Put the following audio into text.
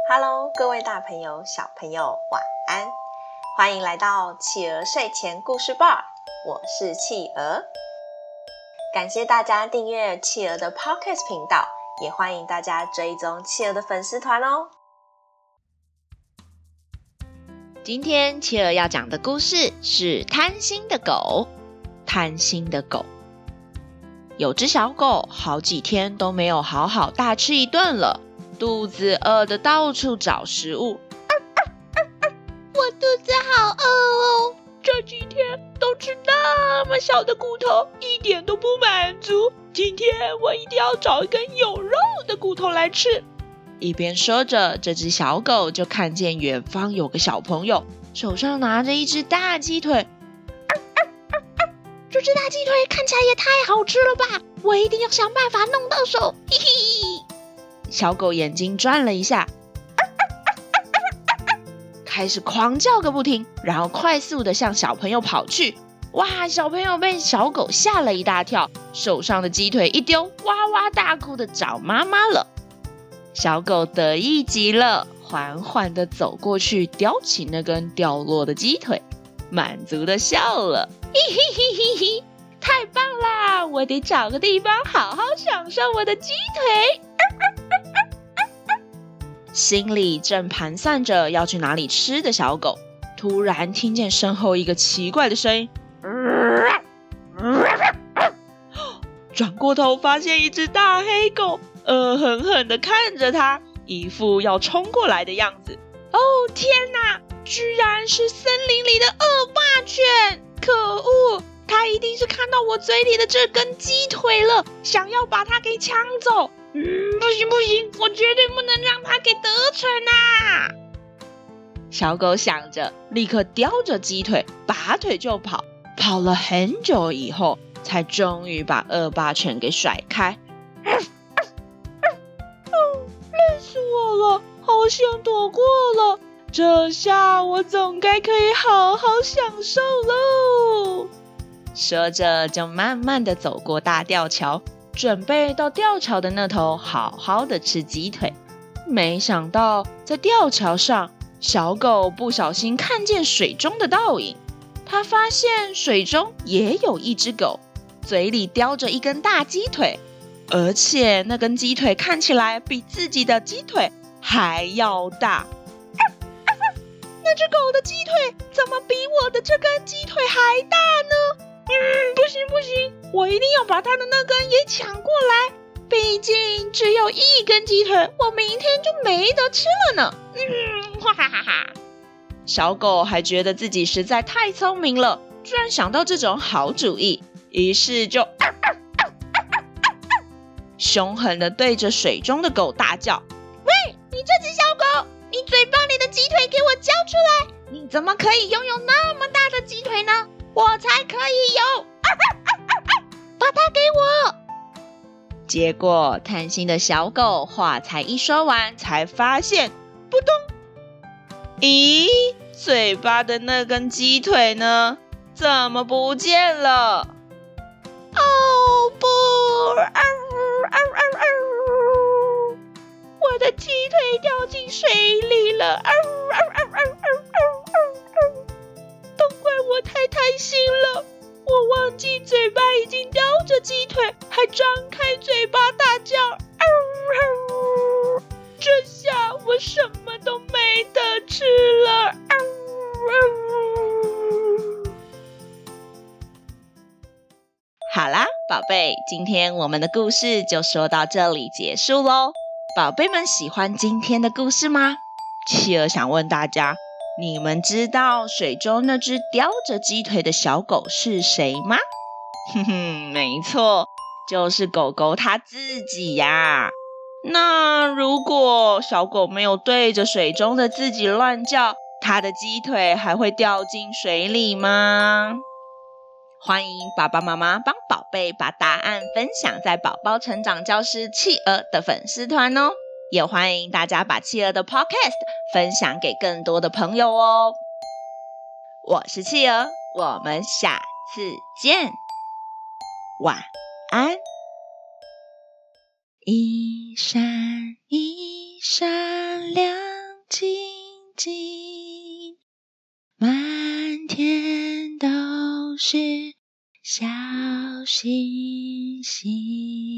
Hello， 各位大朋友、小朋友，晚安！欢迎来到企鹅睡前故事吧，我是企鹅。感谢大家订阅企鹅的 Podcast 频道，也欢迎大家追踪企鹅的粉丝团哦。 今天企鹅要讲的故事是贪心的狗。贪心的狗，有只小狗好几天都没有好好大吃一顿了，肚子饿得到处找食物。我肚子好饿哦，这几天都吃那么小的骨头，一点都不满足。今天我一定要找一根有肉的骨头来吃。一边说着，这只小狗就看见远方有个小朋友手上拿着一只大鸡腿。这只大鸡腿看起来也太好吃了吧，我一定要想办法弄到手，嘿嘿。小狗眼睛转了一下，开始狂叫个不停，然后快速地向小朋友跑去。哇，小朋友被小狗吓了一大跳，手上的鸡腿一丢，哇哇大哭地找妈妈了。小狗得意极了，缓缓地走过去，叼起那根掉落的鸡腿，满足地笑了，嘿嘿嘿嘿嘿，太棒啦！我得找个地方好好享受我的鸡腿。心里正盘算着要去哪里吃的小狗，突然听见身后一个奇怪的声音，转过头发现一只大黑狗恶狠狠地看着他，一副要冲过来的样子。哦天哪，居然是森林里的恶霸犬！可恶，他一定是看到我嘴里的这根鸡腿了，想要把它给抢走。不行不行，我绝对不能让他给得逞啊！小狗想着，立刻叼着鸡腿拔腿就跑，跑了很久以后，才终于把恶霸犬给甩开。累死我了，好想躲过了，这下我总该可以好好享受喽。说着就慢慢地走过大吊桥，准备到吊桥的那头好好的吃鸡腿。没想到在吊桥上，小狗不小心看见水中的倒影，它发现水中也有一只狗，嘴里叼着一根大鸡腿，而且那根鸡腿看起来比自己的鸡腿还要大。那只狗的鸡腿怎么比我的这根鸡腿还大呢？不行不行，我一定要把它的那根也抢过来，毕竟只有一根鸡腿，我明天就没得吃了呢。哈哈哈哈！小狗还觉得自己实在太聪明了，居然想到这种好主意，于是就凶狠地对着水中的狗大叫：喂，你这只小狗，你嘴巴里的鸡腿给我交出来！你怎么可以拥有那么大的鸡腿呢？我才可以有！把它给我！结果贪心的小狗话才一说完，才发现扑通，咦，嘴巴的那根鸡腿呢？怎么不见了？哦不！我的鸡腿掉进水里了！都怪我太贪心了，我忘记嘴巴已经叼着鸡腿，还张开嘴巴大叫。这下我什么都没得吃了。好啦，宝贝，今天我们的故事就说到这里结束咯。宝贝们喜欢今天的故事吗？企鹅想问大家，你们知道水中那只叼着鸡腿的小狗是谁吗？没错，就是狗狗它自己呀。那如果小狗没有对着水中的自己乱叫，它的鸡腿还会掉进水里吗？欢迎爸爸妈妈帮宝贝把答案分享在宝宝成长教师企鹅的粉丝团哦，也欢迎大家把企鹅的 podcast 分享给更多的朋友哦。我是企鹅，我们下次见，晚安。一闪一闪亮天都是小星星。